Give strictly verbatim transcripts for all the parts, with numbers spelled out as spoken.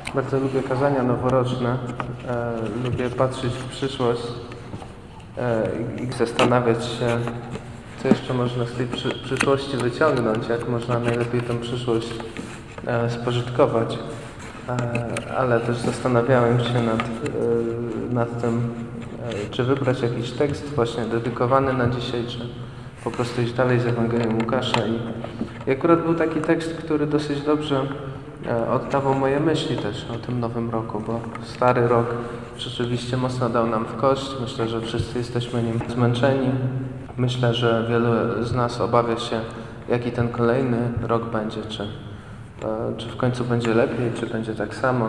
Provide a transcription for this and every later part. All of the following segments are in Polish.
Bardzo lubię kazania noworoczne. E, lubię patrzeć w przyszłość e, i zastanawiać się, co jeszcze można z tej przy, przyszłości wyciągnąć, jak można najlepiej tę przyszłość e, spożytkować. E, ale też zastanawiałem się nad, e, nad tym, e, czy wybrać jakiś tekst właśnie dedykowany na dzisiaj, czy po prostu iść dalej z Ewangelią Łukasza. I, i akurat był taki tekst, który dosyć dobrze oddawał moje myśli też o tym nowym roku, bo stary rok rzeczywiście mocno dał nam w kość. Myślę, że wszyscy jesteśmy nim zmęczeni. Myślę, że wielu z nas obawia się, jaki ten kolejny rok będzie, czy, czy w końcu będzie lepiej, czy będzie tak samo,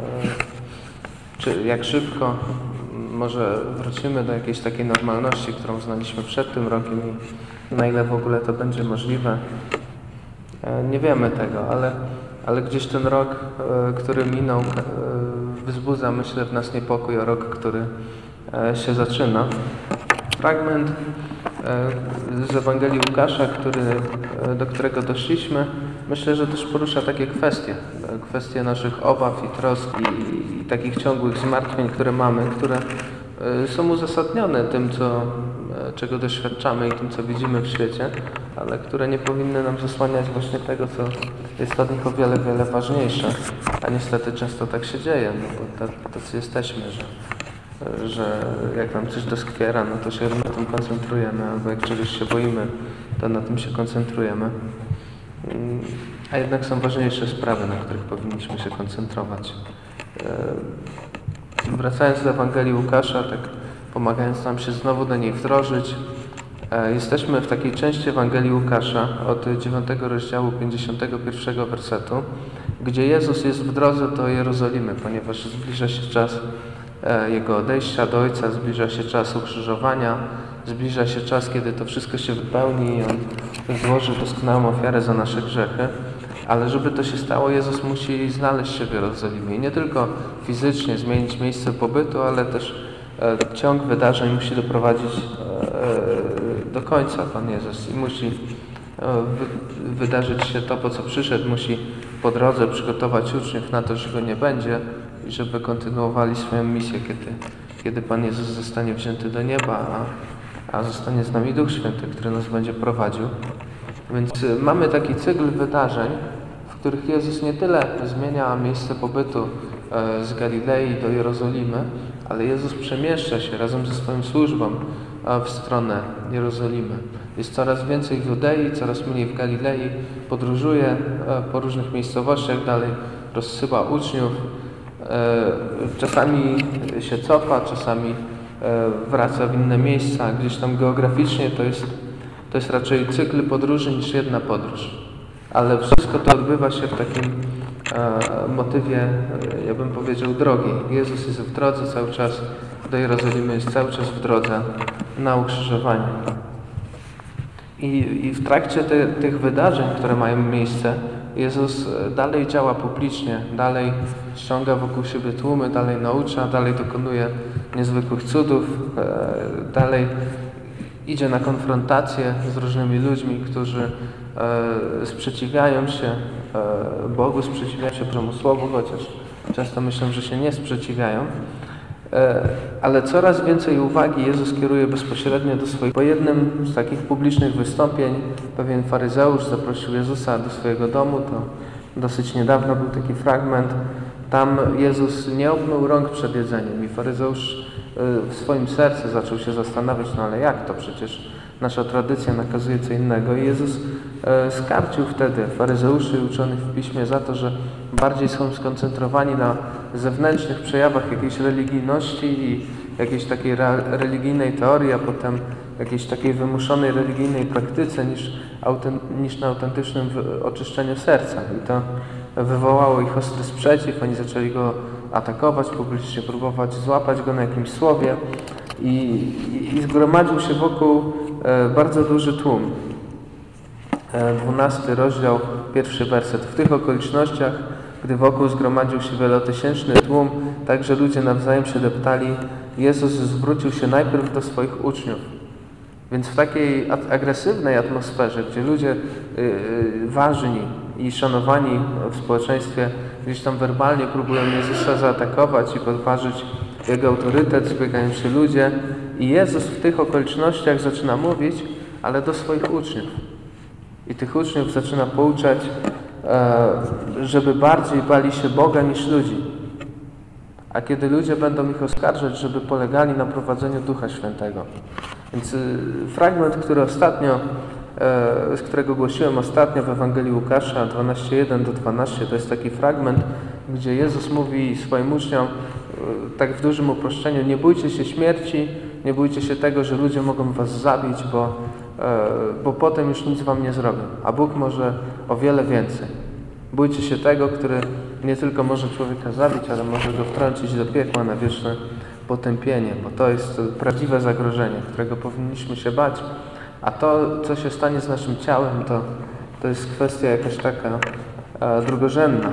czy jak szybko może wrócimy do jakiejś takiej normalności, którą znaliśmy przed tym rokiem i na ile w ogóle to będzie możliwe. Nie wiemy tego, ale Ale gdzieś ten rok, e, który minął, e, wzbudza, myślę, w nas niepokój o rok, który e, się zaczyna. Fragment e, z Ewangelii Łukasza, który, e, do którego doszliśmy, myślę, że też porusza takie kwestie. E, kwestie naszych obaw i trosk i, i takich ciągłych zmartwień, które mamy, które e, są uzasadnione tym, co, e, czego doświadczamy i tym, co widzimy w świecie, ale które nie powinny nam zasłaniać właśnie tego, co jest od nich o wiele, wiele ważniejsze. A niestety często tak się dzieje, no bo tacy jesteśmy, że, że jak nam coś doskwiera, no to się na tym koncentrujemy, albo jak czegoś się boimy, to na tym się koncentrujemy. A jednak są ważniejsze sprawy, na których powinniśmy się koncentrować. Wracając do Ewangelii Łukasza, tak pomagając nam się znowu do niej wdrożyć, jesteśmy w takiej części Ewangelii Łukasza od dziewiątego rozdziału pięćdziesiątego pierwszego wersetu, gdzie Jezus jest w drodze do Jerozolimy, ponieważ zbliża się czas Jego odejścia do Ojca, zbliża się czas ukrzyżowania, zbliża się czas, kiedy to wszystko się wypełni i On złoży doskonałą ofiarę za nasze grzechy. Ale żeby to się stało, Jezus musi znaleźć się w Jerozolimie i nie tylko fizycznie zmienić miejsce pobytu, ale też ciąg wydarzeń musi doprowadzić do końca Pan Jezus i musi wydarzyć się to, po co przyszedł. Musi po drodze przygotować uczniów na to, że Go nie będzie i żeby kontynuowali swoją misję, kiedy, kiedy Pan Jezus zostanie wzięty do nieba, a, a zostanie z nami Duch Święty, który nas będzie prowadził. Więc mamy taki cykl wydarzeń, w których Jezus nie tyle zmienia miejsce pobytu z Galilei do Jerozolimy, ale Jezus przemieszcza się razem ze swoją służbą w stronę Jerozolimy. Jest coraz więcej w Judei, coraz mniej w Galilei, podróżuje po różnych miejscowościach, dalej rozsyła uczniów, czasami się cofa, czasami wraca w inne miejsca, gdzieś tam geograficznie to jest, to jest raczej cykl podróży niż jedna podróż. Ale wszystko to odbywa się w takim e, motywie, ja bym powiedział, drogi. Jezus jest w drodze cały czas do Jerozolimy, jest cały czas w drodze na ukrzyżowanie. I, i w trakcie te, tych wydarzeń, które mają miejsce, Jezus dalej działa publicznie, dalej ściąga wokół siebie tłumy, dalej naucza, dalej dokonuje niezwykłych cudów, e, dalej idzie na konfrontację z różnymi ludźmi, którzy e, sprzeciwiają się e, Bogu, sprzeciwiają się Bożemu, chociaż często myślą, że się nie sprzeciwiają. E, ale coraz więcej uwagi Jezus kieruje bezpośrednio do swoich. Po jednym z takich publicznych wystąpień pewien faryzeusz zaprosił Jezusa do swojego domu. To dosyć niedawno był taki fragment. Tam Jezus nie obmył rąk przed jedzeniem i faryzeusz w swoim sercu zaczął się zastanawiać, no ale jak to? Przecież nasza tradycja nakazuje co innego. I Jezus e, skarcił wtedy faryzeuszy i uczonych w Piśmie za to, że bardziej są skoncentrowani na zewnętrznych przejawach jakiejś religijności i jakiejś takiej re, religijnej teorii, a potem jakiejś takiej wymuszonej religijnej praktyce niż, autent, niż na autentycznym oczyszczeniu serca. I to wywołało ich ostry sprzeciw, oni zaczęli Go atakować, publicznie próbować złapać Go na jakimś słowie i, i, i zgromadził się wokół e, bardzo duży tłum. E, dwunasty rozdział, pierwszy werset. W tych okolicznościach, gdy wokół zgromadził się wielotysięczny tłum, tak że ludzie nawzajem się deptali, Jezus zwrócił się najpierw do swoich uczniów. Więc w takiej agresywnej atmosferze, gdzie ludzie yy, ważni i szanowani w społeczeństwie gdzieś tam werbalnie próbują Jezusa zaatakować i podważyć Jego autorytet, zbiegają się ludzie i Jezus w tych okolicznościach zaczyna mówić, ale do swoich uczniów. I tych uczniów zaczyna pouczać, żeby bardziej bali się Boga niż ludzi. A kiedy ludzie będą ich oskarżać, żeby polegali na prowadzeniu Ducha Świętego. Więc fragment, który ostatnio, z którego głosiłem ostatnio w Ewangelii Łukasza dwanaście jeden do dwunastu, to jest taki fragment, gdzie Jezus mówi swoim uczniom, tak w dużym uproszczeniu, nie bójcie się śmierci, nie bójcie się tego, że ludzie mogą was zabić, bo, bo potem już nic wam nie zrobią, a Bóg może o wiele więcej. Bójcie się tego, który nie tylko może człowieka zabić, ale może go wtrącić do piekła na wieczne potępienie, bo to jest prawdziwe zagrożenie, którego powinniśmy się bać, a to, co się stanie z naszym ciałem, to, to jest kwestia jakaś taka e, drugorzędna,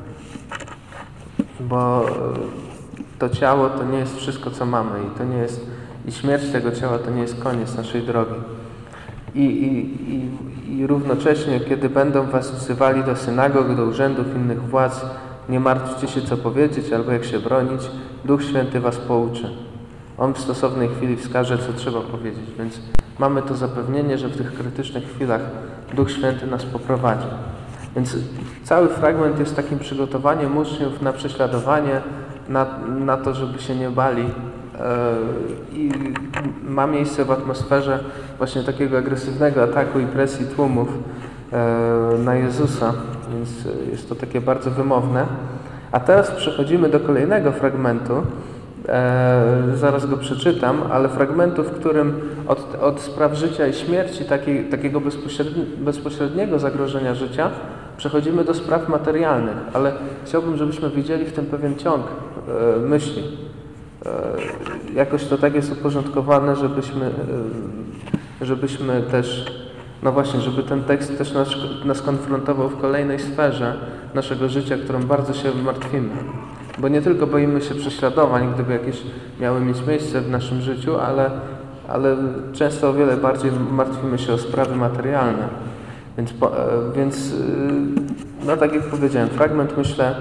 bo to ciało to nie jest wszystko, co mamy i to nie jest, i śmierć tego ciała to nie jest koniec naszej drogi. I, i, i, i równocześnie, kiedy będą was wzywali do synagog, do urzędów innych władz, nie martwcie się, co powiedzieć albo jak się bronić, Duch Święty was pouczy. On w stosownej chwili wskaże, co trzeba powiedzieć. Więc mamy to zapewnienie, że w tych krytycznych chwilach Duch Święty nas poprowadzi. Więc cały fragment jest takim przygotowaniem uczniów na prześladowanie, na, na to, żeby się nie bali. I ma miejsce w atmosferze właśnie takiego agresywnego ataku i presji tłumów na Jezusa, więc jest to takie bardzo wymowne. A teraz przechodzimy do kolejnego fragmentu, zaraz go przeczytam, ale fragmentu, w którym od, od spraw życia i śmierci, takiej, takiego bezpośredni, bezpośredniego zagrożenia życia, przechodzimy do spraw materialnych, ale chciałbym, żebyśmy widzieli w tym pewien ciąg myśli. Jakoś to tak jest uporządkowane, żebyśmy, żebyśmy też, no właśnie, żeby ten tekst też nas, nas konfrontował w kolejnej sferze naszego życia, którą bardzo się martwimy. Bo nie tylko boimy się prześladowań, gdyby jakieś miały mieć miejsce w naszym życiu, ale, ale często o wiele bardziej martwimy się o sprawy materialne. Więc, więc no tak jak powiedziałem, fragment myślę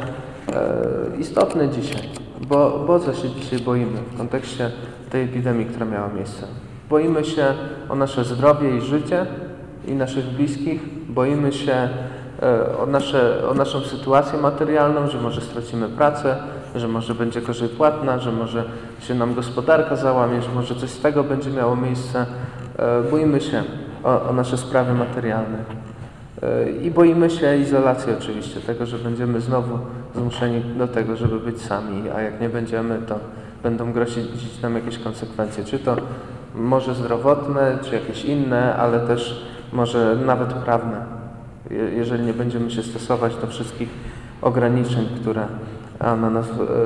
istotny dzisiaj. Bo, bo co się dzisiaj boimy w kontekście tej epidemii, która miała miejsce? Boimy się o nasze zdrowie i życie i naszych bliskich. Boimy się e, o, nasze, o naszą sytuację materialną, że może stracimy pracę, że może będzie gorzej płatna, że może się nam gospodarka załamie, że może coś z tego będzie miało miejsce. E, boimy się o, o nasze sprawy materialne. I boimy się izolacji oczywiście, tego, że będziemy znowu zmuszeni do tego, żeby być sami, a jak nie będziemy, to będą grozić nam jakieś konsekwencje, czy to może zdrowotne, czy jakieś inne, ale też może nawet prawne, jeżeli nie będziemy się stosować do wszystkich ograniczeń, które na nas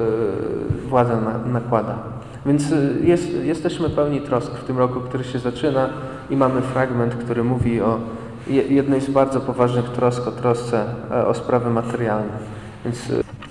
władza nakłada. Więc jest, jesteśmy pełni trosk w tym roku, który się zaczyna i mamy fragment, który mówi o jednej z bardzo poważnych trosk, o trosce o sprawy materialne. Więc,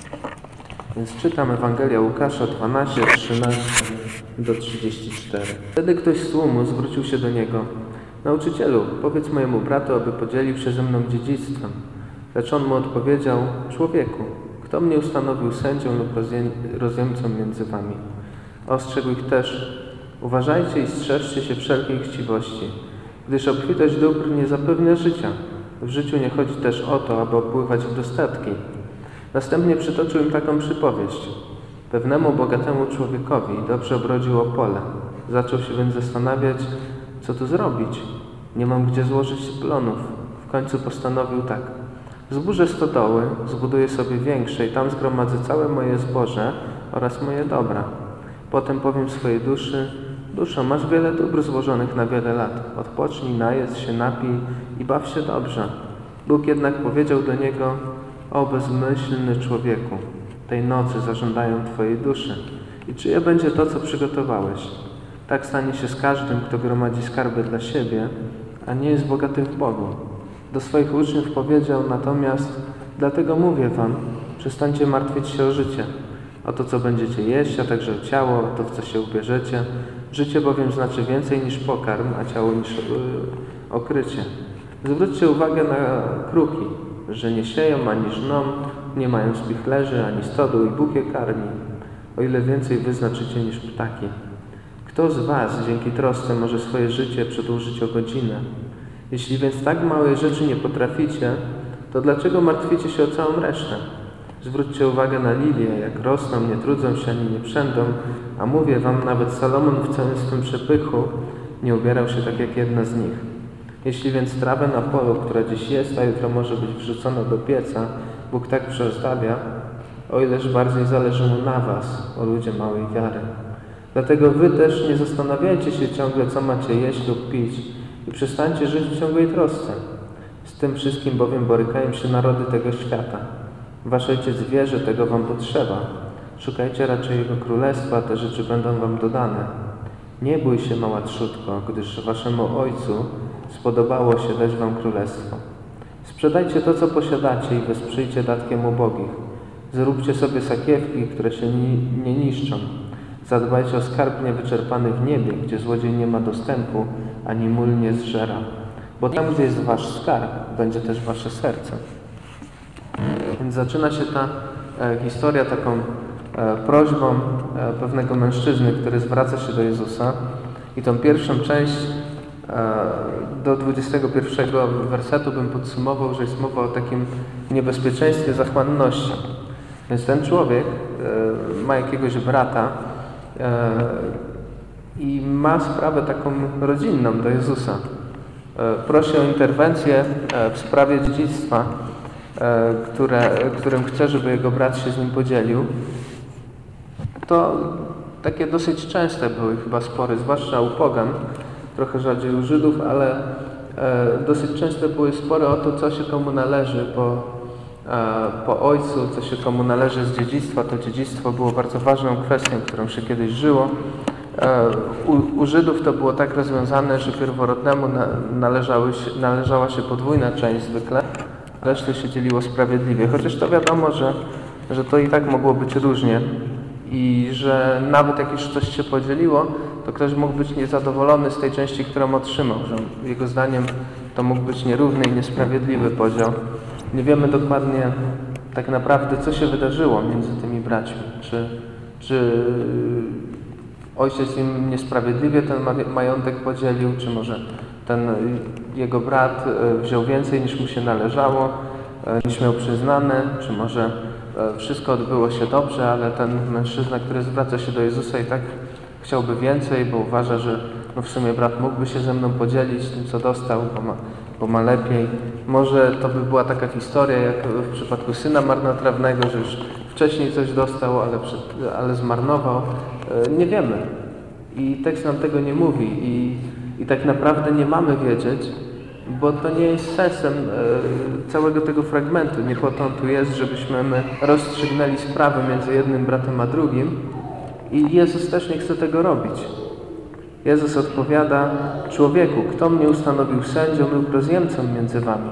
więc czytam Ewangelia Łukasza dwanaście, trzynaście do trzydziestu czterech. Wtedy ktoś z tłumu zwrócił się do niego: Nauczycielu, powiedz mojemu bratu, aby podzielił się ze mną dziedzictwem. Lecz on mu odpowiedział: Człowieku, kto mnie ustanowił sędzią lub rozjemcą między wami? Ostrzegł ich też: Uważajcie i strzeżcie się wszelkiej chciwości, gdyż obfitość dóbr nie zapewnia życia. W życiu nie chodzi też o to, aby opływać w dostatki. Następnie przytoczył im taką przypowieść. Pewnemu bogatemu człowiekowi dobrze obrodziło pole. Zaczął się więc zastanawiać, co tu zrobić. Nie mam gdzie złożyć plonów. W końcu postanowił tak. Zburzę stodoły, zbuduję sobie większe i tam zgromadzę całe moje zboże oraz moje dobra. Potem powiem swojej duszy: Duszo, masz wiele dóbr złożonych na wiele lat. Odpocznij, najedz się, napij i baw się dobrze. Bóg jednak powiedział do niego: O bezmyślny człowieku, tej nocy zażądają twojej duszy. I czyje będzie to, co przygotowałeś? Tak stanie się z każdym, kto gromadzi skarby dla siebie, a nie jest bogaty w Bogu. Do swoich uczniów powiedział natomiast: Dlatego mówię wam, przestańcie martwić się o życie, o to, co będziecie jeść, a także o ciało, o to, w co się ubierzecie. Życie bowiem znaczy więcej niż pokarm, a ciało niż yy, okrycie. Zwróćcie uwagę na kruki, że nie sieją ani żną, nie mają spichlerzy ani stodół i Bóg je karmi, o ile więcej wy znaczycie niż ptaki. Kto z was dzięki trosce może swoje życie przedłużyć o godzinę? Jeśli więc tak małej rzeczy nie potraficie, to dlaczego martwicie się o całą resztę? Zwróćcie uwagę na lilie, jak rosną, nie trudzą się ani nie przędą, a mówię wam, nawet Salomon w całym swym przepychu nie ubierał się tak jak jedna z nich. Jeśli więc trawę na polu, która dziś jest, a jutro może być wrzucona do pieca, Bóg tak przezdawia, o ileż bardziej zależy Mu na was, o ludzie małej wiary. Dlatego wy też nie zastanawiajcie się ciągle, co macie jeść lub pić i przestańcie żyć w ciągłej trosce. Z tym wszystkim bowiem borykają się narody tego świata. Wasz Ojciec wie, że tego wam potrzeba. Szukajcie raczej Jego Królestwa, te rzeczy będą wam dodane. Nie bój się, mała trzódko, gdyż waszemu Ojcu spodobało się dać wam królestwo. Sprzedajcie to, co posiadacie i wesprzyjcie datkiem ubogich. Zróbcie sobie sakiewki, które się ni nie niszczą. Zadbajcie o skarb niewyczerpany w niebie, gdzie złodziej nie ma dostępu, ani mól nie zżera. Bo tam, gdzie jest wasz skarb, będzie też wasze serce. Więc zaczyna się ta e, historia taką e, prośbą e, pewnego mężczyzny, który zwraca się do Jezusa. I tą pierwszą część e, do dwudziestego pierwszego wersetu bym podsumował, że jest mowa o takim niebezpieczeństwie zachłanności. Więc ten człowiek e, ma jakiegoś brata e, i ma sprawę taką rodzinną do Jezusa. E, prosi o interwencję e, w sprawie dziedzictwa, e, które, którym chce, żeby jego brat się z nim podzielił. To takie dosyć częste były chyba spory, zwłaszcza u pogan, trochę rzadziej u Żydów, ale e, dosyć częste były spory o to, co się komu należy po, e, po ojcu, co się komu należy z dziedzictwa. To dziedzictwo było bardzo ważną kwestią, którą się kiedyś żyło. E, u, u Żydów to było tak rozwiązane, że pierworodnemu na, należały się, należała się podwójna część zwykle, a resztę się dzieliło sprawiedliwie. Chociaż to wiadomo, że, że to i tak mogło być różnie. I że nawet jak już coś się podzieliło, to ktoś mógł być niezadowolony z tej części, którą otrzymał, że jego zdaniem to mógł być nierówny i niesprawiedliwy podział. Nie wiemy dokładnie tak naprawdę, co się wydarzyło między tymi braćmi. Czy, czy ojciec im niesprawiedliwie ten majątek podzielił, czy może ten jego brat wziął więcej niż mu się należało, niż miał przyznane, czy może wszystko odbyło się dobrze, ale ten mężczyzna, który zwraca się do Jezusa i tak chciałby więcej, bo uważa, że no w sumie brat mógłby się ze mną podzielić tym, co dostał, bo ma, bo ma lepiej. Może to by była taka historia, jak w przypadku syna marnotrawnego, że już wcześniej coś dostał, ale, przed, ale zmarnował. Nie wiemy. I tekst nam tego nie mówi. I, i tak naprawdę nie mamy wiedzieć, bo to nie jest sensem e, całego tego fragmentu. Nie po to on tu jest, żebyśmy my rozstrzygnęli sprawę między jednym bratem a drugim. I Jezus też nie chce tego robić. Jezus odpowiada: człowieku, kto mnie ustanowił sędzią lub rozjemcą między wami?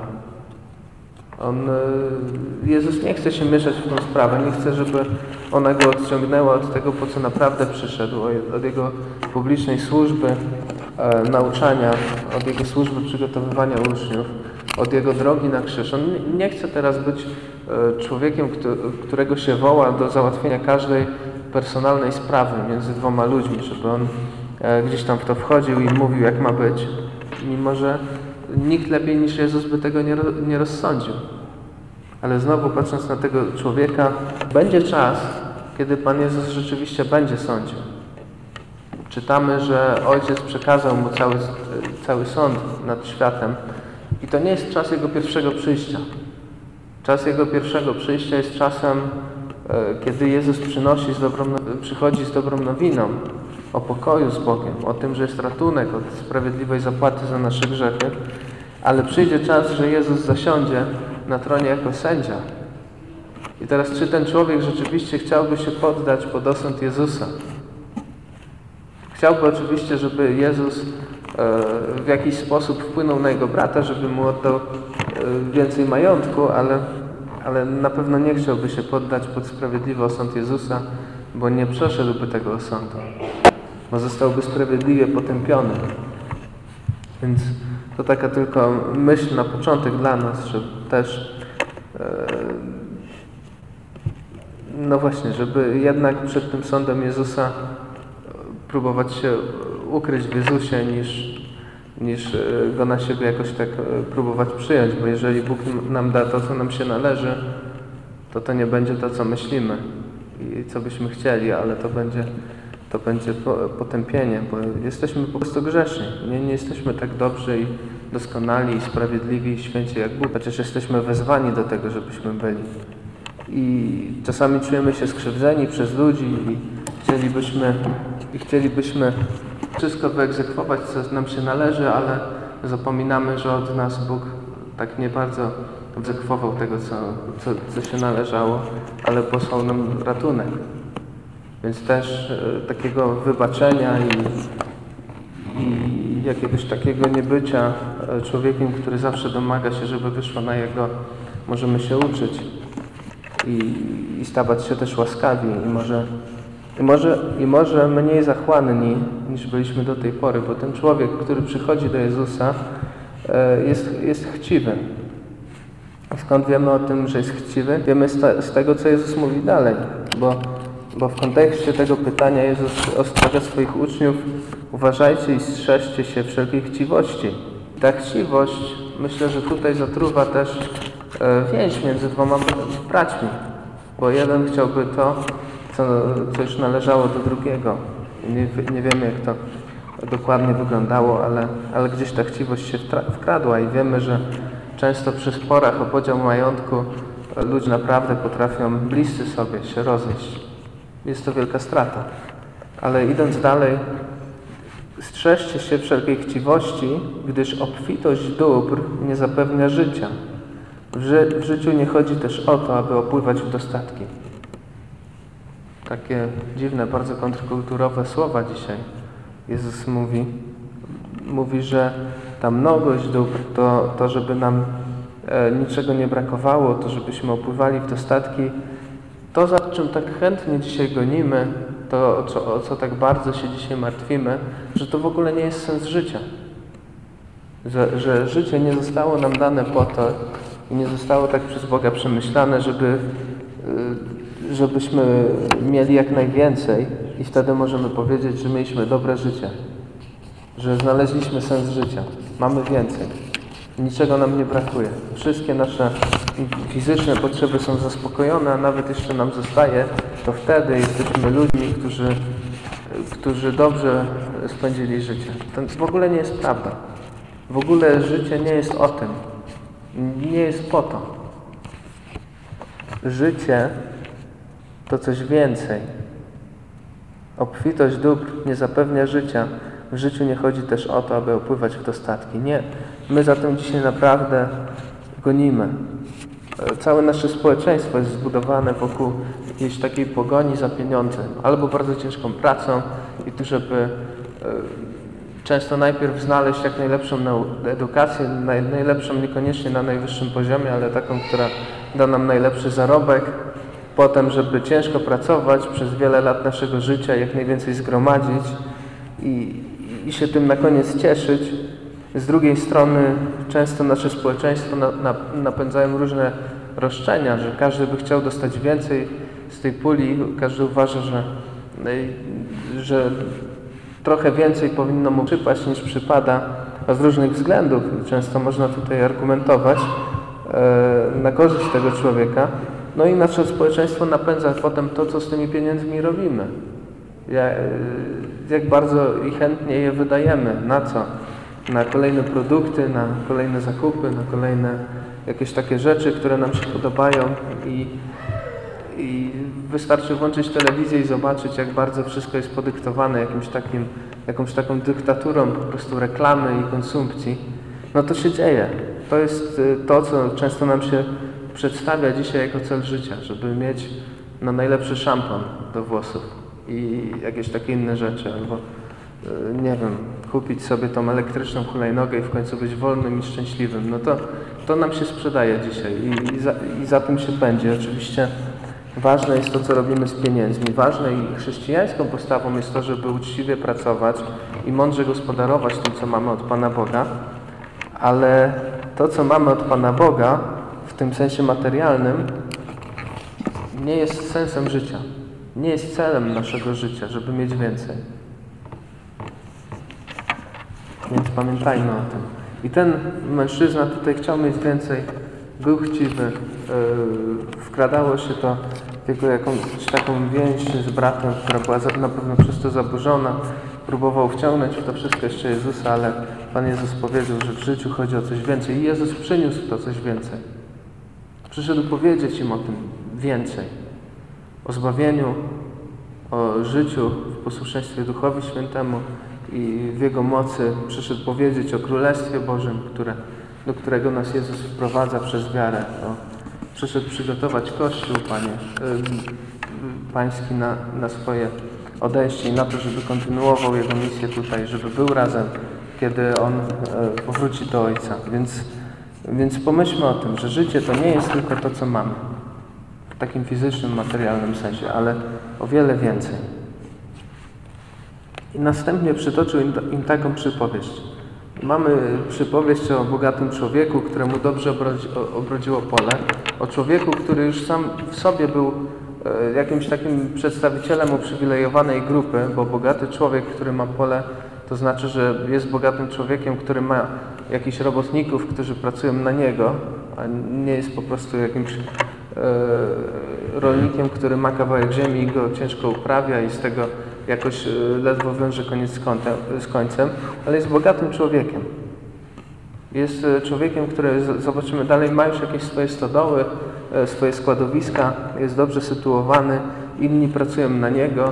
On, e, Jezus nie chce się mieszać w tą sprawę, nie chce, żeby ona go odciągnęła od tego, po co naprawdę przyszedł, od Jego publicznej służby, e, nauczania, od Jego służby przygotowywania uczniów, od Jego drogi na krzyż. On nie chce teraz być e, człowiekiem, którego się woła do załatwienia każdej personalnej sprawy między dwoma ludźmi, żeby on e, gdzieś tam w to wchodził i mówił, jak ma być, mimo że nikt lepiej niż Jezus by tego nie, nie rozsądził. Ale znowu, patrząc na tego człowieka, będzie czas, kiedy Pan Jezus rzeczywiście będzie sądził. Czytamy, że Ojciec przekazał Mu cały, cały sąd nad światem i to nie jest czas Jego pierwszego przyjścia. Czas Jego pierwszego przyjścia jest czasem, kiedy Jezus przynosi z dobrą, przychodzi z dobrą nowiną o pokoju z Bogiem, o tym, że jest ratunek od sprawiedliwej zapłaty za nasze grzechy, ale przyjdzie czas, że Jezus zasiądzie na tronie jako sędzia. I teraz, czy ten człowiek rzeczywiście chciałby się poddać pod osąd Jezusa? Chciałby oczywiście, żeby Jezus e, w jakiś sposób wpłynął na jego brata, żeby mu oddał e, więcej majątku, ale, ale na pewno nie chciałby się poddać pod sprawiedliwy osąd Jezusa, bo nie przeszedłby tego osądu, bo zostałby sprawiedliwie potępiony. Więc to taka tylko myśl na początek dla nas, że też e, no właśnie, żeby jednak przed tym sądem Jezusa próbować się ukryć w Jezusie, niż, niż Go na siebie jakoś tak próbować przyjąć, bo jeżeli Bóg nam da to, co nam się należy, to to nie będzie to, co myślimy i co byśmy chcieli, ale to będzie, to będzie potępienie, bo jesteśmy po prostu grzeszni. Nie, nie jesteśmy tak dobrzy i doskonali, i sprawiedliwi, i święci jak Bóg, chociaż jesteśmy wezwani do tego, żebyśmy byli. I czasami czujemy się skrzywdzeni przez ludzi i chcielibyśmy, i chcielibyśmy wszystko wyegzekwować, co nam się należy, ale zapominamy, że od nas Bóg tak nie bardzo egzekwował tego, co, co, co się należało, ale posłał nam ratunek. Więc też e, takiego wybaczenia i, i jakiegoś takiego niebycia e, człowiekiem, który zawsze domaga się, żeby wyszło na Jego, możemy się uczyć i, i stawać się też łaskawi i może, i, może, i może mniej zachłanni niż byliśmy do tej pory, bo ten człowiek, który przychodzi do Jezusa, e, jest, jest chciwy. Skąd wiemy o tym, że jest chciwy? Wiemy z, te, z tego, co Jezus mówi dalej, bo, bo w kontekście tego pytania Jezus ostrzega swoich uczniów: uważajcie i strzeżcie się wszelkiej chciwości. Ta chciwość, myślę, że tutaj zatruwa też e, więź między dwoma braćmi, bo jeden chciałby to, co, co już należało do drugiego. Nie, nie wiemy, jak to dokładnie wyglądało, ale, ale gdzieś ta chciwość się wkradła i wiemy, że często przy sporach o podział majątku ludzie naprawdę potrafią bliscy sobie się rozejść. Jest to wielka strata. Ale idąc dalej, strzeżcie się wszelkiej chciwości, gdyż obfitość dóbr nie zapewnia życia. W, ży w życiu nie chodzi też o to, aby opływać w dostatki. Takie dziwne, bardzo kontrkulturowe słowa dzisiaj Jezus mówi. Mówi, że ta mnogość dóbr, to, to żeby nam e, niczego nie brakowało, to żebyśmy opływali w dostatki, to za czym tak chętnie dzisiaj gonimy, to o co, o co tak bardzo się dzisiaj martwimy, że to w ogóle nie jest sens życia. Że, że życie nie zostało nam dane po to i nie zostało tak przez Boga przemyślane, żeby, y, żebyśmy mieli jak najwięcej i wtedy możemy powiedzieć, że mieliśmy dobre życie. Że znaleźliśmy sens życia. Mamy więcej. Niczego nam nie brakuje. Wszystkie nasze fizyczne potrzeby są zaspokojone, a nawet jeszcze nam zostaje, to wtedy jesteśmy ludźmi, którzy, którzy dobrze spędzili życie. To w ogóle nie jest prawda. W ogóle życie nie jest o tym. Nie jest po to. Życie to coś więcej. Obfitość dóbr nie zapewnia życia. W życiu nie chodzi też o to, aby opływać w dostatki. Nie. My za tym dzisiaj naprawdę gonimy. Całe nasze społeczeństwo jest zbudowane wokół jakiejś takiej pogoni za pieniądzem, albo bardzo ciężką pracą i tu, żeby często najpierw znaleźć jak najlepszą edukację, najlepszą niekoniecznie na najwyższym poziomie, ale taką, która da nam najlepszy zarobek. Potem, żeby ciężko pracować przez wiele lat naszego życia, jak najwięcej zgromadzić i, i się tym na koniec cieszyć. Z drugiej strony często nasze społeczeństwo na, na, napędzają różne roszczenia, że każdy by chciał dostać więcej z tej puli, każdy uważa, że, że trochę więcej powinno mu przypaść niż przypada, a z różnych względów, często można tutaj argumentować e, na korzyść tego człowieka. No i nasze społeczeństwo napędza potem to, co z tymi pieniędzmi robimy. Jak, jak bardzo i chętnie je wydajemy, na co? Na kolejne produkty, na kolejne zakupy, na kolejne jakieś takie rzeczy, które nam się podobają i, i wystarczy włączyć telewizję i zobaczyć, jak bardzo wszystko jest podyktowane jakimś takim, jakąś taką dyktaturą po prostu reklamy i konsumpcji. No to się dzieje. To jest to, co często nam się przedstawia dzisiaj jako cel życia, żeby mieć no, najlepszy szampon do włosów i jakieś takie inne rzeczy, albo nie wiem, kupić sobie tą elektryczną hulajnogę i w końcu być wolnym i szczęśliwym. No to, to nam się sprzedaje dzisiaj i, i, za, i za tym się będzie. Oczywiście ważne jest to, co robimy z pieniędzmi. Ważne i chrześcijańską postawą jest to, żeby uczciwie pracować i mądrze gospodarować tym, co mamy od Pana Boga, ale to, co mamy od Pana Boga, w tym sensie materialnym, nie jest sensem życia. Nie jest celem naszego życia, żeby mieć więcej. Więc pamiętajmy o tym. I ten mężczyzna tutaj chciał mieć więcej, był chciwy, yy, wkradało się to w jego jakąś taką więź z bratem, która była na pewno przez to zaburzona. Próbował wciągnąć w to wszystko jeszcze Jezusa, ale Pan Jezus powiedział, że w życiu chodzi o coś więcej. I Jezus przyniósł to coś więcej. Przyszedł powiedzieć im o tym więcej. O zbawieniu, o życiu w posłuszeństwie Duchowi Świętemu i w Jego mocy. Przyszedł powiedzieć o Królestwie Bożym, które, do którego nas Jezus wprowadza przez wiarę. O, przyszedł przygotować Kościół, Panie, yy, Pański na, na swoje odejście i na to, żeby kontynuował Jego misję tutaj, żeby był razem, kiedy On yy, powróci do Ojca. Więc, więc pomyślmy o tym, że życie to nie jest tylko to, co mamy. W takim fizycznym, materialnym sensie, ale o wiele więcej. I następnie przytoczył im, im taką przypowieść. Mamy przypowieść o bogatym człowieku, któremu dobrze obrodzi, obrodziło pole. O człowieku, który już sam w sobie był e, jakimś takim przedstawicielem uprzywilejowanej grupy, bo bogaty człowiek, który ma pole, to znaczy, że jest bogatym człowiekiem, który ma jakichś robotników, którzy pracują na niego, a nie jest po prostu jakimś rolnikiem, który ma kawałek ziemi i go ciężko uprawia i z tego jakoś ledwo wiąże koniec z, kątem, z końcem, ale jest bogatym człowiekiem. Jest człowiekiem, który, zobaczymy dalej, ma już jakieś swoje stodoły, swoje składowiska, jest dobrze sytuowany, inni pracują na niego.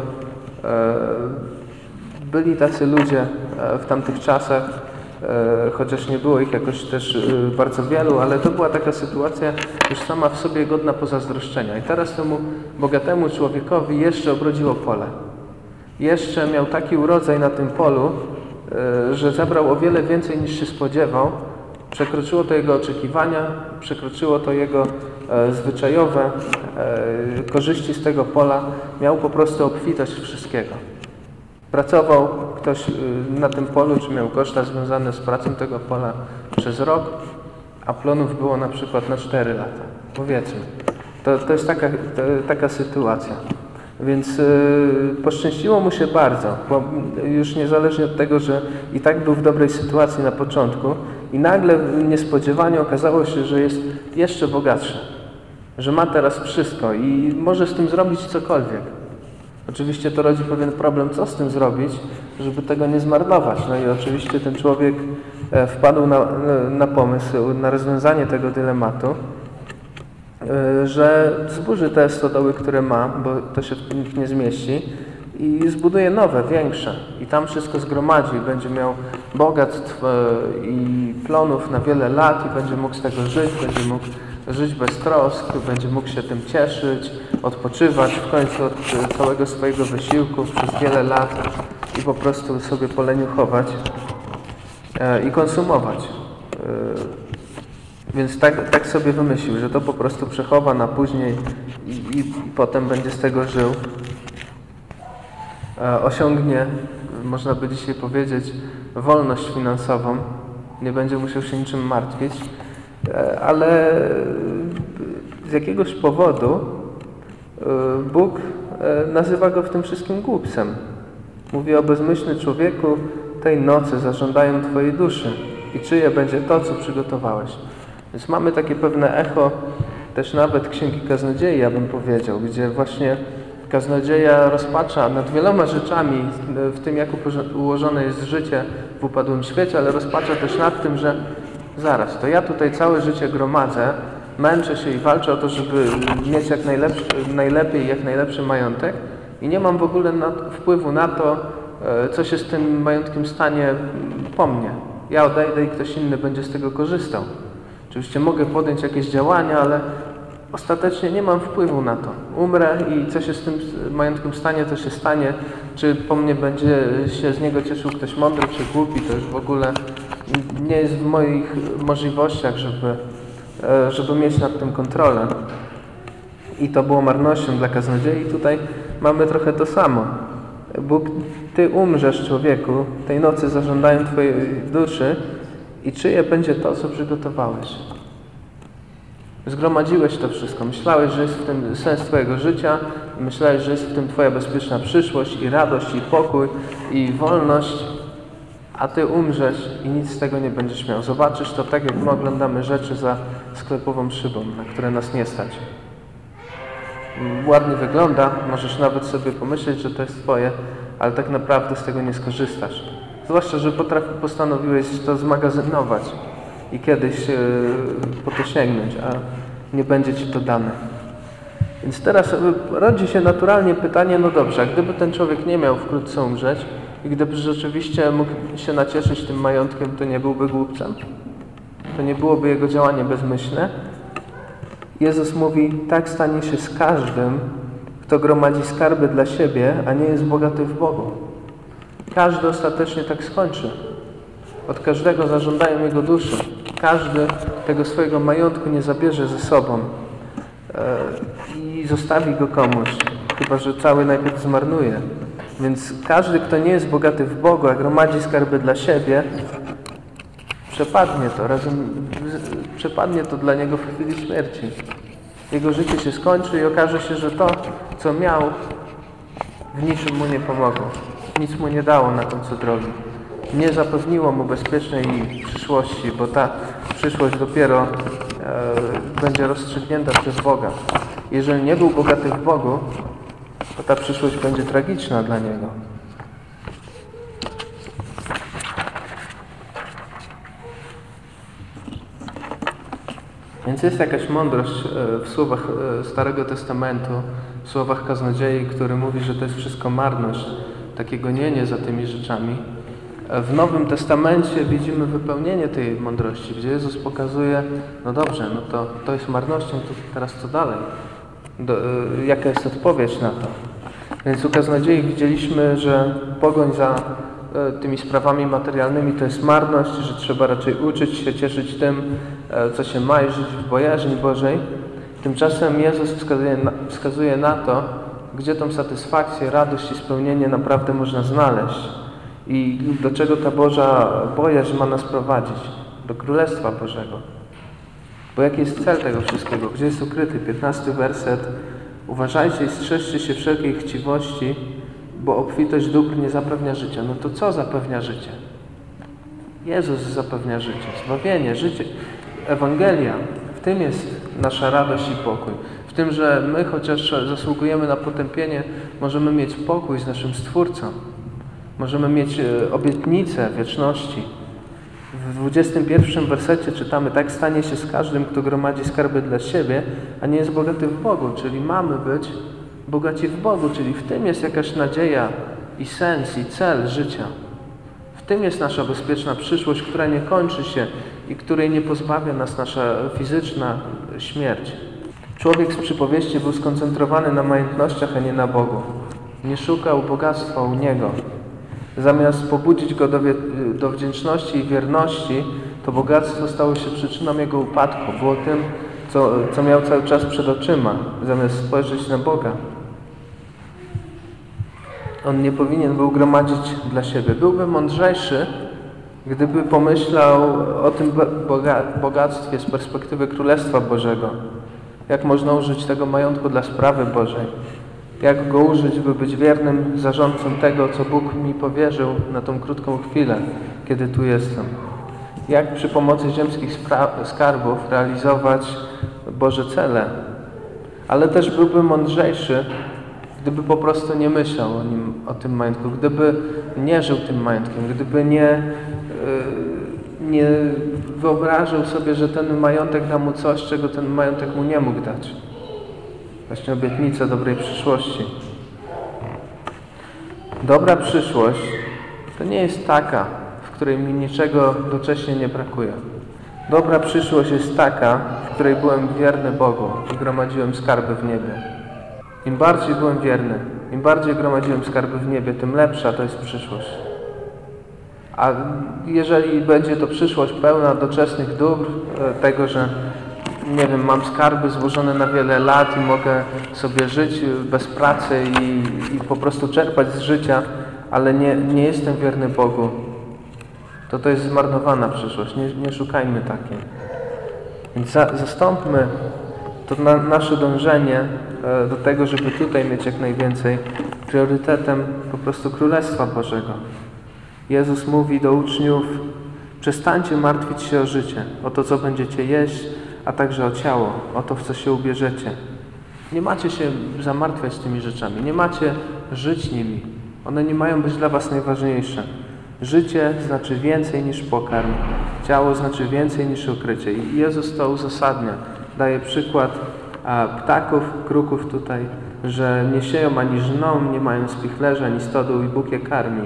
Byli tacy ludzie w tamtych czasach, chociaż nie było ich jakoś też bardzo wielu, ale to była taka sytuacja już sama w sobie godna pozazdroszczenia. I teraz temu bogatemu człowiekowi jeszcze obrodziło pole. Jeszcze miał taki urodzaj na tym polu, że zebrał o wiele więcej niż się spodziewał. Przekroczyło to jego oczekiwania, przekroczyło to jego zwyczajowe korzyści z tego pola. Miał po prostu obfitość wszystkiego. Pracował ktoś na tym polu, czy miał koszta związane z pracą tego pola przez rok, a plonów było na przykład na cztery lata. Powiedzmy. To, to jest taka, to, taka sytuacja. Więc yy, poszczęściło mu się bardzo, bo już niezależnie od tego, że i tak był w dobrej sytuacji na początku i nagle niespodziewanie okazało się, że jest jeszcze bogatszy. Że ma teraz wszystko i może z tym zrobić cokolwiek. Oczywiście to rodzi pewien problem, co z tym zrobić, żeby tego nie zmarnować. No i oczywiście ten człowiek wpadł na, na pomysł, na rozwiązanie tego dylematu, że zburzy te stodoły, które ma, bo to się w nich nie zmieści, i zbuduje nowe, większe. I tam wszystko zgromadzi, będzie miał bogactw i plonów na wiele lat i będzie mógł z tego żyć, będzie mógł żyć bez trosk, będzie mógł się tym cieszyć, odpoczywać w końcu od całego swojego wysiłku przez wiele lat i po prostu sobie poleniuchować i konsumować. Więc tak, tak sobie wymyślił, że to po prostu przechowa na później i, i, i potem będzie z tego żył. Osiągnie, można by dzisiaj powiedzieć, wolność finansową. Nie będzie musiał się niczym martwić. Ale z jakiegoś powodu Bóg nazywa go w tym wszystkim głupcem. Mówi o bezmyślnym człowieku, tej nocy zażądają Twojej duszy i czyje będzie to, co przygotowałeś. Więc mamy takie pewne echo też nawet Księgi Kaznodziei, ja bym powiedział, gdzie właśnie kaznodzieja rozpacza nad wieloma rzeczami, w tym jak ułożone jest życie w upadłym świecie, ale rozpacza też nad tym, że zaraz, to ja tutaj całe życie gromadzę, męczę się i walczę o to, żeby mieć jak najlepszy, najlepiej, jak najlepszy majątek i nie mam w ogóle na, wpływu na to, co się z tym majątkiem stanie po mnie. Ja odejdę i ktoś inny będzie z tego korzystał. Oczywiście mogę podjąć jakieś działania, ale ostatecznie nie mam wpływu na to. Umrę i co się z tym majątkiem stanie, to się stanie. Czy po mnie będzie się z niego cieszył ktoś mądry czy głupi, to już w ogóle nie jest w moich możliwościach, żeby, żeby mieć nad tym kontrolę. I to było marnością dla kaznodziei. Tutaj mamy trochę to samo. Bóg, Ty umrzesz, człowieku, tej nocy zażądają Twojej duszy i czyje będzie to, co przygotowałeś. Zgromadziłeś to wszystko. Myślałeś, że jest w tym sens twojego życia, myślałeś, że jest w tym twoja bezpieczna przyszłość i radość, i pokój, i wolność, a ty umrzesz i nic z tego nie będziesz miał. Zobaczysz to tak, jak my oglądamy rzeczy za sklepową szybą, na które nas nie stać. Ładnie wygląda, możesz nawet sobie pomyśleć, że to jest twoje, ale tak naprawdę z tego nie skorzystasz. Zwłaszcza, że potrafi, postanowiłeś to zmagazynować i kiedyś yy, po to sięgnąć, a nie będzie ci to dane. Więc teraz rodzi się naturalnie pytanie, no dobrze, a gdyby ten człowiek nie miał wkrótce umrzeć i gdyby rzeczywiście mógł się nacieszyć tym majątkiem, to nie byłby głupcem? To nie byłoby jego działanie bezmyślne? Jezus mówi, tak stanie się z każdym, kto gromadzi skarby dla siebie, a nie jest bogaty w Bogu. Każdy ostatecznie tak skończy. Od każdego zażądają jego duszy. Każdy tego swojego majątku nie zabierze ze sobą e, i zostawi go komuś, chyba że cały najpierw zmarnuje. Więc każdy, kto nie jest bogaty w Bogu, a gromadzi skarby dla siebie, przepadnie to, razem, przepadnie to dla niego w chwili śmierci. Jego życie się skończy i okaże się, że to, co miał, w niczym mu nie pomogło. Nic mu nie dało na końcu drogi. Nie zapewniło mu bezpiecznej przyszłości, bo ta przyszłość dopiero e, będzie rozstrzygnięta przez Boga. Jeżeli nie był bogaty w Bogu, to ta przyszłość będzie tragiczna dla niego. Więc jest jakaś mądrość w słowach Starego Testamentu, w słowach kaznodziei, który mówi, że to jest wszystko marność, takie gonienie za tymi rzeczami. W Nowym Testamencie widzimy wypełnienie tej mądrości, gdzie Jezus pokazuje, no dobrze, no to, to jest marnością, to teraz co dalej? Do, jaka jest odpowiedź na to? Więc u kaznodziei widzieliśmy, że pogoń za tymi sprawami materialnymi to jest marność, że trzeba raczej uczyć się, cieszyć tym, co się ma i żyć w bojaźni Bożej. Tymczasem Jezus wskazuje na, wskazuje na to, gdzie tą satysfakcję, radość i spełnienie naprawdę można znaleźć i do czego ta Boża bojaźń ma nas prowadzić, do Królestwa Bożego. Bo jaki jest cel tego wszystkiego? Gdzie jest ukryty? piętnasty werset. Uważajcie i strzeżcie się wszelkiej chciwości, bo obfitość dóbr nie zapewnia życia. No to co zapewnia życie? Jezus zapewnia życie, zbawienie, życie. Ewangelia. W tym jest nasza radość i pokój. W tym, że my chociaż zasługujemy na potępienie, możemy mieć pokój z naszym Stwórcą. Możemy mieć obietnicę wieczności. W dwudziestym pierwszym wersecie czytamy, tak stanie się z każdym, kto gromadzi skarby dla siebie, a nie jest bogaty w Bogu. Czyli mamy być bogaci w Bogu, czyli w tym jest jakaś nadzieja i sens, i cel życia. W tym jest nasza bezpieczna przyszłość, która nie kończy się i której nie pozbawia nas nasza fizyczna śmierć. Człowiek z przypowieści był skoncentrowany na majątnościach, a nie na Bogu. Nie szukał bogactwa u Niego. Zamiast pobudzić go do, do wdzięczności i wierności, to bogactwo stało się przyczyną jego upadku. Było tym, co, co miał cały czas przed oczyma, zamiast spojrzeć na Boga. On nie powinien był gromadzić dla siebie. Byłby mądrzejszy, gdyby pomyślał o tym bogactwie z perspektywy Królestwa Bożego. Jak można użyć tego majątku dla sprawy Bożej? Jak go użyć, by być wiernym zarządcą tego, co Bóg mi powierzył na tą krótką chwilę, kiedy tu jestem? Jak przy pomocy ziemskich skarbów realizować Boże cele? Ale też byłby mądrzejszy, gdyby po prostu nie myślał o nim, o tym majątku, gdyby nie żył tym majątkiem, gdyby nie, yy, nie wyobrażał sobie, że ten majątek da mu coś, czego ten majątek mu nie mógł dać. Właśnie obietnica dobrej przyszłości. Dobra przyszłość to nie jest taka, w której mi niczego docześnie nie brakuje. Dobra przyszłość jest taka, w której byłem wierny Bogu i gromadziłem skarby w niebie. Im bardziej byłem wierny, im bardziej gromadziłem skarby w niebie, tym lepsza to jest przyszłość. A jeżeli będzie to przyszłość pełna doczesnych dóbr, tego, że nie wiem, mam skarby złożone na wiele lat i mogę sobie żyć bez pracy i, i po prostu czerpać z życia, ale nie, nie jestem wierny Bogu, to to jest zmarnowana przyszłość. Nie, nie szukajmy takiej. Więc za, zastąpmy to na, nasze dążenie e, do tego, żeby tutaj mieć jak najwięcej, priorytetem po prostu Królestwa Bożego. Jezus mówi do uczniów: przestańcie martwić się o życie, o to, co będziecie jeść, a także o ciało, o to, w co się ubierzecie. Nie macie się zamartwiać tymi rzeczami, nie macie żyć nimi. One nie mają być dla was najważniejsze. Życie znaczy więcej niż pokarm, ciało znaczy więcej niż ukrycie. I Jezus to uzasadnia. Daje przykład a, ptaków, kruków tutaj, że nie sieją ani żną, nie mają spichlerza, ani stodół i Bóg je karmi.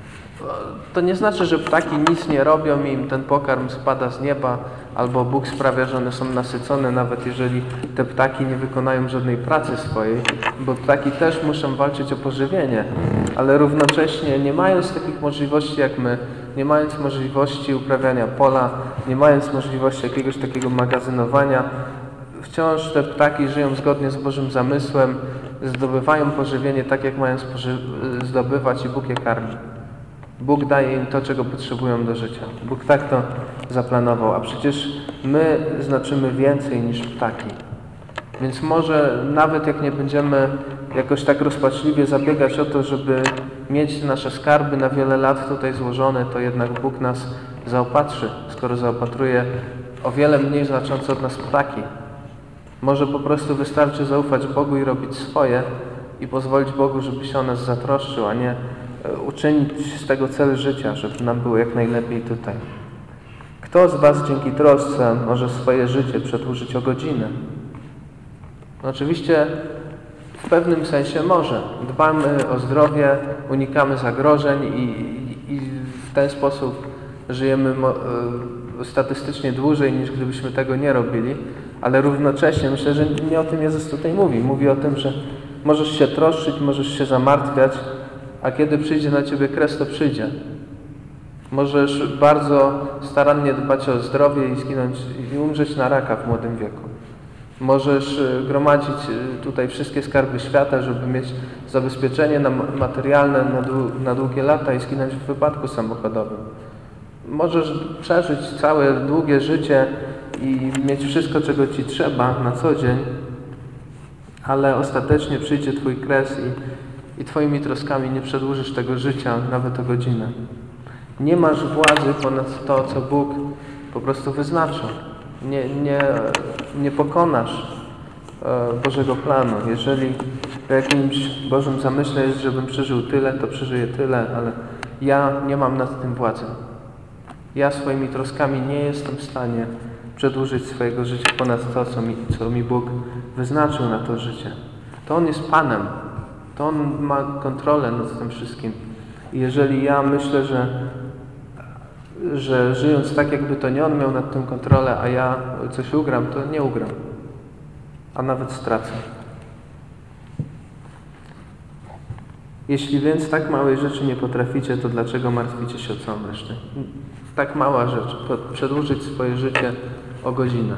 To nie znaczy, że ptaki nic nie robią i im ten pokarm spada z nieba, albo Bóg sprawia, że one są nasycone, nawet jeżeli te ptaki nie wykonają żadnej pracy swojej, bo ptaki też muszą walczyć o pożywienie, ale równocześnie nie mając takich możliwości jak my, nie mając możliwości uprawiania pola, nie mając możliwości jakiegoś takiego magazynowania, wciąż te ptaki żyją zgodnie z Bożym zamysłem, zdobywają pożywienie tak, jak mają zdobywać i Bóg je karmi. Bóg daje im to, czego potrzebują do życia. Bóg tak to zaplanował, a przecież my znaczymy więcej niż ptaki. Więc może nawet jak nie będziemy jakoś tak rozpaczliwie zabiegać o to, żeby mieć nasze skarby na wiele lat tutaj złożone, to jednak Bóg nas zaopatrzy, skoro zaopatruje o wiele mniej znacząco od nas ptaki. Może po prostu wystarczy zaufać Bogu i robić swoje i pozwolić Bogu, żeby się o nas zatroszczył, a nie uczynić z tego cel życia, żeby nam było jak najlepiej tutaj. Kto z was dzięki trosce może swoje życie przedłużyć o godzinę? No oczywiście w pewnym sensie może. Dbamy o zdrowie, unikamy zagrożeń i, i, i w ten sposób żyjemy statystycznie dłużej, niż gdybyśmy tego nie robili, ale równocześnie myślę, że nie o tym Jezus tutaj mówi. Mówi o tym, że możesz się troszczyć, możesz się zamartwiać, a kiedy przyjdzie na ciebie kres, to przyjdzie. Możesz bardzo starannie dbać o zdrowie i zginąć i umrzeć na raka w młodym wieku. Możesz gromadzić tutaj wszystkie skarby świata, żeby mieć zabezpieczenie materialne na, na długie lata i zginąć w wypadku samochodowym. Możesz przeżyć całe długie życie i mieć wszystko, czego ci trzeba na co dzień, ale ostatecznie przyjdzie twój kres i, i twoimi troskami nie przedłużysz tego życia nawet o godzinę. Nie masz władzy ponad to, co Bóg po prostu wyznaczył. Nie, nie, nie pokonasz e, Bożego planu. Jeżeli w jakimś Bożym zamyśle jest, żebym przeżył tyle, to przeżyję tyle, ale ja nie mam nad tym władzy. Ja swoimi troskami nie jestem w stanie przedłużyć swojego życia ponad to, co mi, co mi Bóg wyznaczył na to życie. To On jest Panem. To On ma kontrolę nad tym wszystkim. I jeżeli ja myślę, że że żyjąc tak, jakby to nie On miał nad tym kontrolę, a ja coś ugram, to nie ugram, a nawet stracę. Jeśli więc tak małej rzeczy nie potraficie, to dlaczego martwicie się o całą resztę? Tak mała rzecz, przedłużyć swoje życie o godzinę.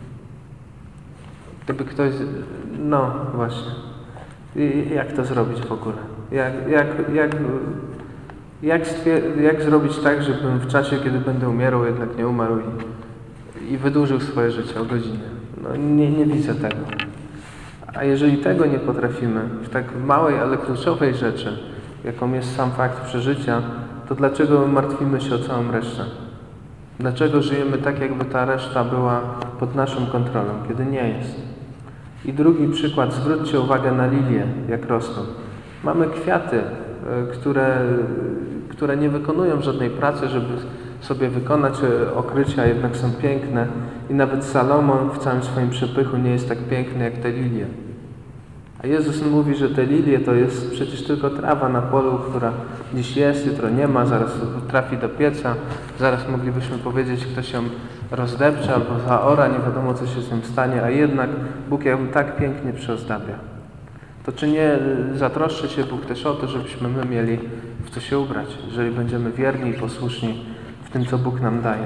Gdyby ktoś... No właśnie. I jak to zrobić w ogóle? Jak... jak, jak Jak, jak zrobić tak, żebym w czasie, kiedy będę umierał, jednak nie umarł i, i wydłużył swoje życie o godzinę? No, nie, nie widzę tego. A jeżeli tego nie potrafimy, w tak małej, ale kluczowej rzeczy, jaką jest sam fakt przeżycia, to dlaczego martwimy się o całą resztę? Dlaczego żyjemy tak, jakby ta reszta była pod naszą kontrolą, kiedy nie jest? I drugi przykład, zwróćcie uwagę na lilie, jak rosną. Mamy kwiaty, które, które nie wykonują żadnej pracy, żeby sobie wykonać okrycia, jednak są piękne i nawet Salomon w całym swoim przepychu nie jest tak piękny jak te lilie. A Jezus mówi, że te lilie to jest przecież tylko trawa na polu, która dziś jest, jutro nie ma, zaraz trafi do pieca, zaraz moglibyśmy powiedzieć, ktoś ją rozdepcze albo zaora, nie wiadomo co się z tym stanie, a jednak Bóg ją tak pięknie przyozdabia. To czy nie zatroszczy się Bóg też o to, żebyśmy my mieli w co się ubrać, jeżeli będziemy wierni i posłuszni w tym, co Bóg nam daje.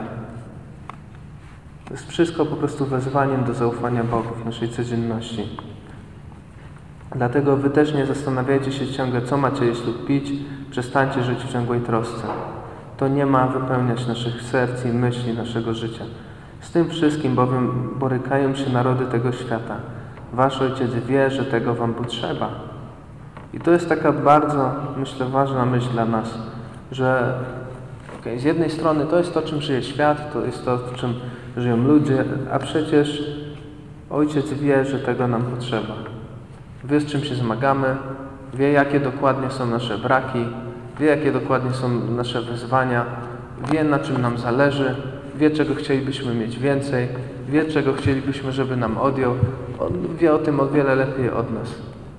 To jest wszystko po prostu wezwaniem do zaufania Bogu w naszej codzienności. Dlatego wy też nie zastanawiajcie się ciągle, co macie jeść lub pić, przestańcie żyć w ciągłej trosce. To nie ma wypełniać naszych serc i myśli, naszego życia. Z tym wszystkim bowiem borykają się narody tego świata. Wasz Ojciec wie, że tego wam potrzeba. I to jest taka bardzo, myślę, ważna myśl dla nas, że okay, z jednej strony to jest to, czym żyje świat, to jest to, czym żyją ludzie, a przecież Ojciec wie, że tego nam potrzeba. Wie, z czym się zmagamy, wie, jakie dokładnie są nasze braki, wie, jakie dokładnie są nasze wyzwania, wie, na czym nam zależy, wie, czego chcielibyśmy mieć więcej, wie, czego chcielibyśmy, żeby nam odjął. On wie o tym o wiele lepiej od nas.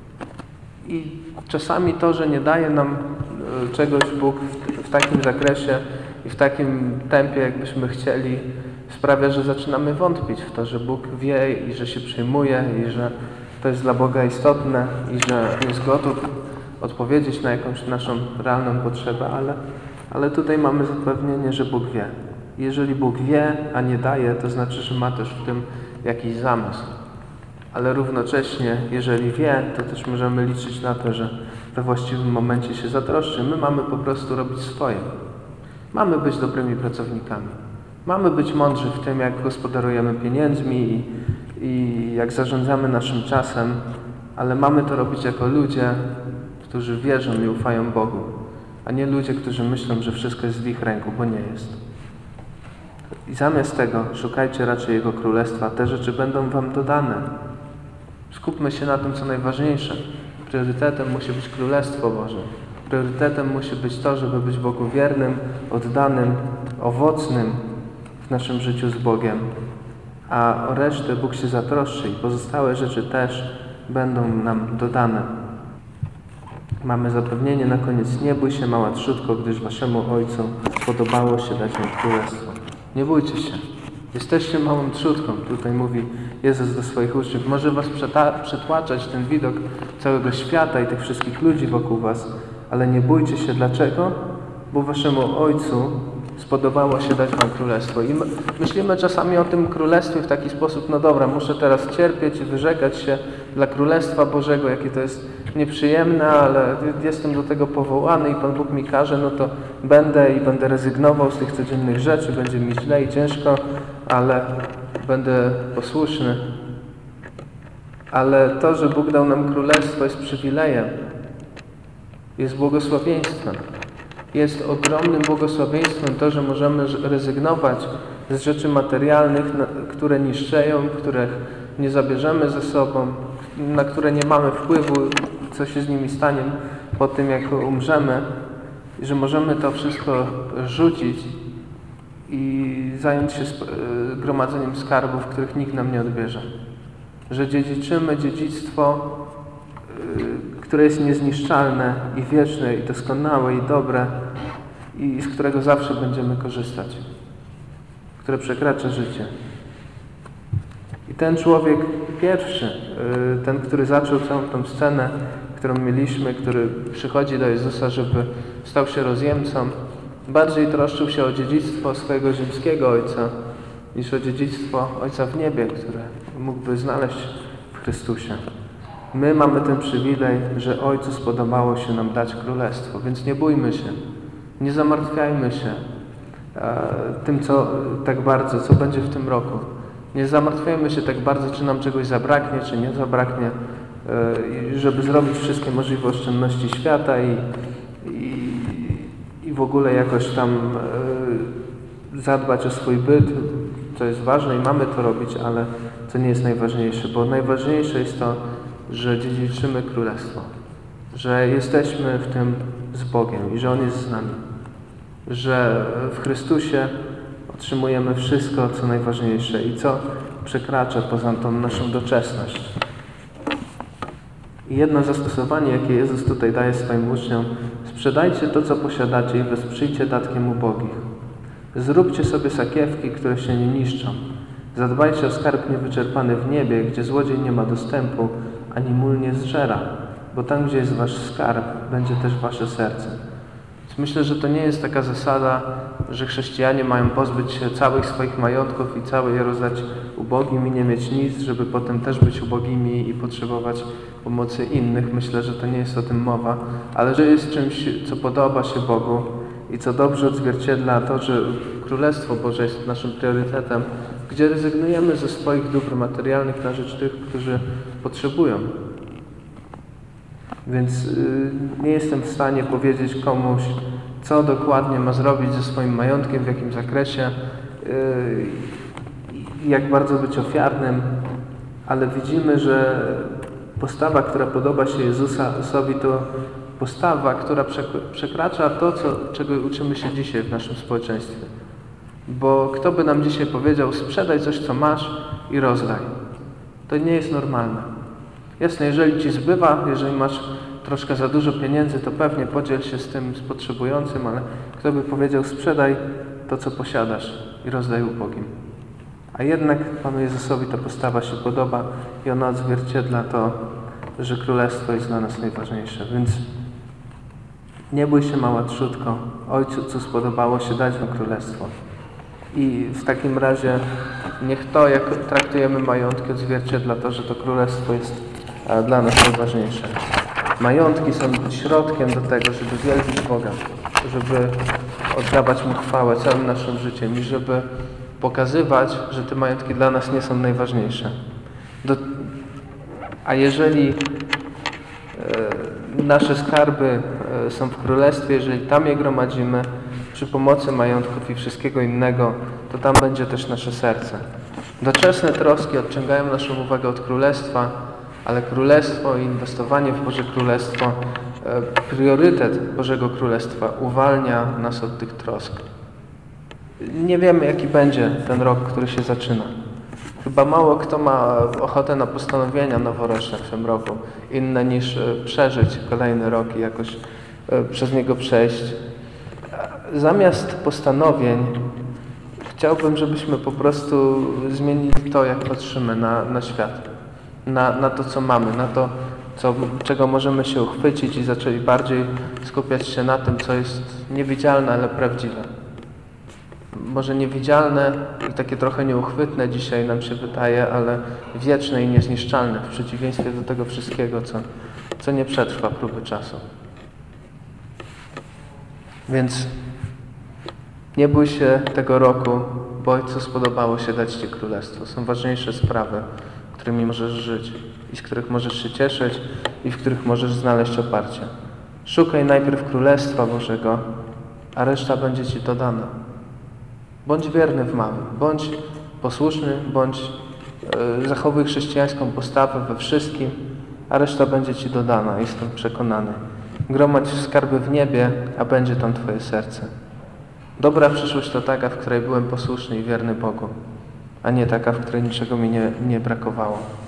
I czasami to, że nie daje nam czegoś Bóg w, w takim zakresie i w takim tempie, jakbyśmy chcieli, sprawia, że zaczynamy wątpić w to, że Bóg wie i że się przejmuje i że to jest dla Boga istotne i że jest gotów odpowiedzieć na jakąś naszą realną potrzebę, ale, ale tutaj mamy zapewnienie, że Bóg wie. Jeżeli Bóg wie, a nie daje, to znaczy, że ma też w tym jakiś zamysł. Ale równocześnie, jeżeli wie, to też możemy liczyć na to, że we właściwym momencie się zatroszczy. My mamy po prostu robić swoje. Mamy być dobrymi pracownikami. Mamy być mądrzy w tym, jak gospodarujemy pieniędzmi i, i jak zarządzamy naszym czasem, ale mamy to robić jako ludzie, którzy wierzą i ufają Bogu, a nie ludzie, którzy myślą, że wszystko jest w ich ręku, bo nie jest. I zamiast tego szukajcie raczej Jego Królestwa. Te rzeczy będą wam dodane. Skupmy się na tym, co najważniejsze. Priorytetem musi być Królestwo Boże. Priorytetem musi być to, żeby być Bogu wiernym, oddanym, owocnym w naszym życiu z Bogiem. A o resztę Bóg się zatroszczy i pozostałe rzeczy też będą nam dodane. Mamy zapewnienie na koniec: nie bój się, mała trzódko, gdyż waszemu Ojcu podobało się dać wam Królestwo. Nie bójcie się. Jesteście małą trzódką, tutaj mówi Jezus do swoich uczniów. Może was przetłaczać ten widok całego świata i tych wszystkich ludzi wokół was, ale nie bójcie się. Dlaczego? Bo waszemu Ojcu spodobało się dać wam Królestwo. I my myślimy czasami o tym Królestwie w taki sposób: no dobra, muszę teraz cierpieć i wyrzekać się dla Królestwa Bożego, jakie to jest nieprzyjemne, ale jestem do tego powołany i Pan Bóg mi każe, no to będę i będę rezygnował z tych codziennych rzeczy, będzie mi źle i ciężko, ale będę posłuszny. Ale to, że Bóg dał nam Królestwo, jest przywilejem, jest błogosławieństwem. Jest ogromnym błogosławieństwem to, że możemy rezygnować z rzeczy materialnych, które niszczeją, których nie zabierzemy ze sobą, na które nie mamy wpływu, co się z nimi stanie po tym, jak umrzemy, i że możemy to wszystko rzucić i zająć się gromadzeniem skarbów, których nikt nam nie odbierze. Że dziedziczymy dziedzictwo, które jest niezniszczalne i wieczne, i doskonałe, i dobre, i z którego zawsze będziemy korzystać, które przekracza życie. I ten człowiek pierwszy, ten, który zaczął całą tą scenę, którą mieliśmy, który przychodzi do Jezusa, żeby stał się rozjemcą, bardziej troszczył się o dziedzictwo swojego ziemskiego Ojca, niż o dziedzictwo Ojca w niebie, które mógłby znaleźć w Chrystusie. My mamy ten przywilej, że Ojcu spodobało się nam dać Królestwo, więc nie bójmy się, nie zamartwiajmy się e, tym, co tak bardzo, co będzie w tym roku. Nie zamartwiajmy się tak bardzo, czy nam czegoś zabraknie, czy nie zabraknie, e, żeby zrobić wszystkie możliwe oszczędności świata i, i, i w ogóle jakoś tam e, zadbać o swój byt. To jest ważne i mamy to robić, ale to nie jest najważniejsze, bo najważniejsze jest to, że dziedziczymy Królestwo, że jesteśmy w tym z Bogiem i że On jest z nami, że w Chrystusie otrzymujemy wszystko, co najważniejsze i co przekracza poza tą naszą doczesność. I jedno zastosowanie, jakie Jezus tutaj daje swoim uczniom: sprzedajcie to, co posiadacie i wesprzyjcie datkiem ubogich. Zróbcie sobie sakiewki, które się nie niszczą. Zadbajcie o skarb niewyczerpany w niebie, gdzie złodziej nie ma dostępu, ani mól nie zżera, bo tam, gdzie jest wasz skarb, będzie też wasze serce. Więc myślę, że to nie jest taka zasada, że chrześcijanie mają pozbyć się całych swoich majątków i całe je rozdać ubogim i nie mieć nic, żeby potem też być ubogimi i potrzebować pomocy innych. Myślę, że to nie jest o tym mowa, ale że jest czymś, co podoba się Bogu i co dobrze odzwierciedla to, że Królestwo Boże jest naszym priorytetem, gdzie rezygnujemy ze swoich dóbr materialnych na rzecz tych, którzy potrzebują. Yy, nie jestem w stanie powiedzieć komuś, co dokładnie ma zrobić ze swoim majątkiem, w jakim zakresie, yy, jak bardzo być ofiarnym, ale widzimy, że postawa, która podoba się Jezusowi, to postawa, która przekracza to, co, czego uczymy się dzisiaj w naszym społeczeństwie. Bo kto by nam dzisiaj powiedział, sprzedaj coś, co masz i rozdaj. To nie jest normalne. Jasne, jeżeli ci zbywa, jeżeli masz troszkę za dużo pieniędzy, to pewnie podziel się z tym z potrzebującym, ale kto by powiedział, sprzedaj to, co posiadasz i rozdaj ubogim. A jednak Panu Jezusowi ta postawa się podoba i ona odzwierciedla to, że Królestwo jest dla nas najważniejsze. Więc nie bój się, mała trzódko, Ojcu, co spodobało się dać Wam Królestwo. I w takim razie niech to, jak traktujemy majątki, odzwierciedla to, że to Królestwo jest dla nas najważniejsze. Majątki są środkiem do tego, żeby wielbić Boga, żeby oddawać Mu chwałę całym naszym życiem i żeby pokazywać, że te majątki dla nas nie są najważniejsze. Do... A jeżeli e, nasze skarby e, są w Królestwie, jeżeli tam je gromadzimy, przy pomocy majątków i wszystkiego innego, to tam będzie też nasze serce. Doczesne troski odciągają naszą uwagę od Królestwa, ale Królestwo i inwestowanie w Boże Królestwo, e, priorytet Bożego Królestwa uwalnia nas od tych trosk. Nie wiemy, jaki będzie ten rok, który się zaczyna. Chyba mało kto ma ochotę na postanowienia noworoczne w tym roku, inne niż przeżyć kolejny rok i jakoś przez niego przejść. Zamiast postanowień chciałbym, żebyśmy po prostu zmienili to, jak patrzymy na, na świat, na, na to, co mamy, na to, co, czego możemy się uchwycić i zaczęli bardziej skupiać się na tym, co jest niewidzialne, ale prawdziwe. Może niewidzialne i takie trochę nieuchwytne dzisiaj nam się wydaje, ale wieczne i niezniszczalne w przeciwieństwie do tego wszystkiego, co, co nie przetrwa próby czasu. Więc nie bój się tego roku, bo Ojcu spodobało się dać Ci Królestwo. Są ważniejsze sprawy, którymi możesz żyć i z których możesz się cieszyć i w których możesz znaleźć oparcie. Szukaj najpierw Królestwa Bożego, a reszta będzie Ci dodana. Bądź wierny w małym, bądź posłuszny, bądź yy, zachowuj chrześcijańską postawę we wszystkim, a reszta będzie Ci dodana, jestem przekonany. Gromadź skarby w niebie, a będzie tam Twoje serce. Dobra przyszłość to taka, w której byłem posłuszny i wierny Bogu, a nie taka, w której niczego mi nie, nie brakowało.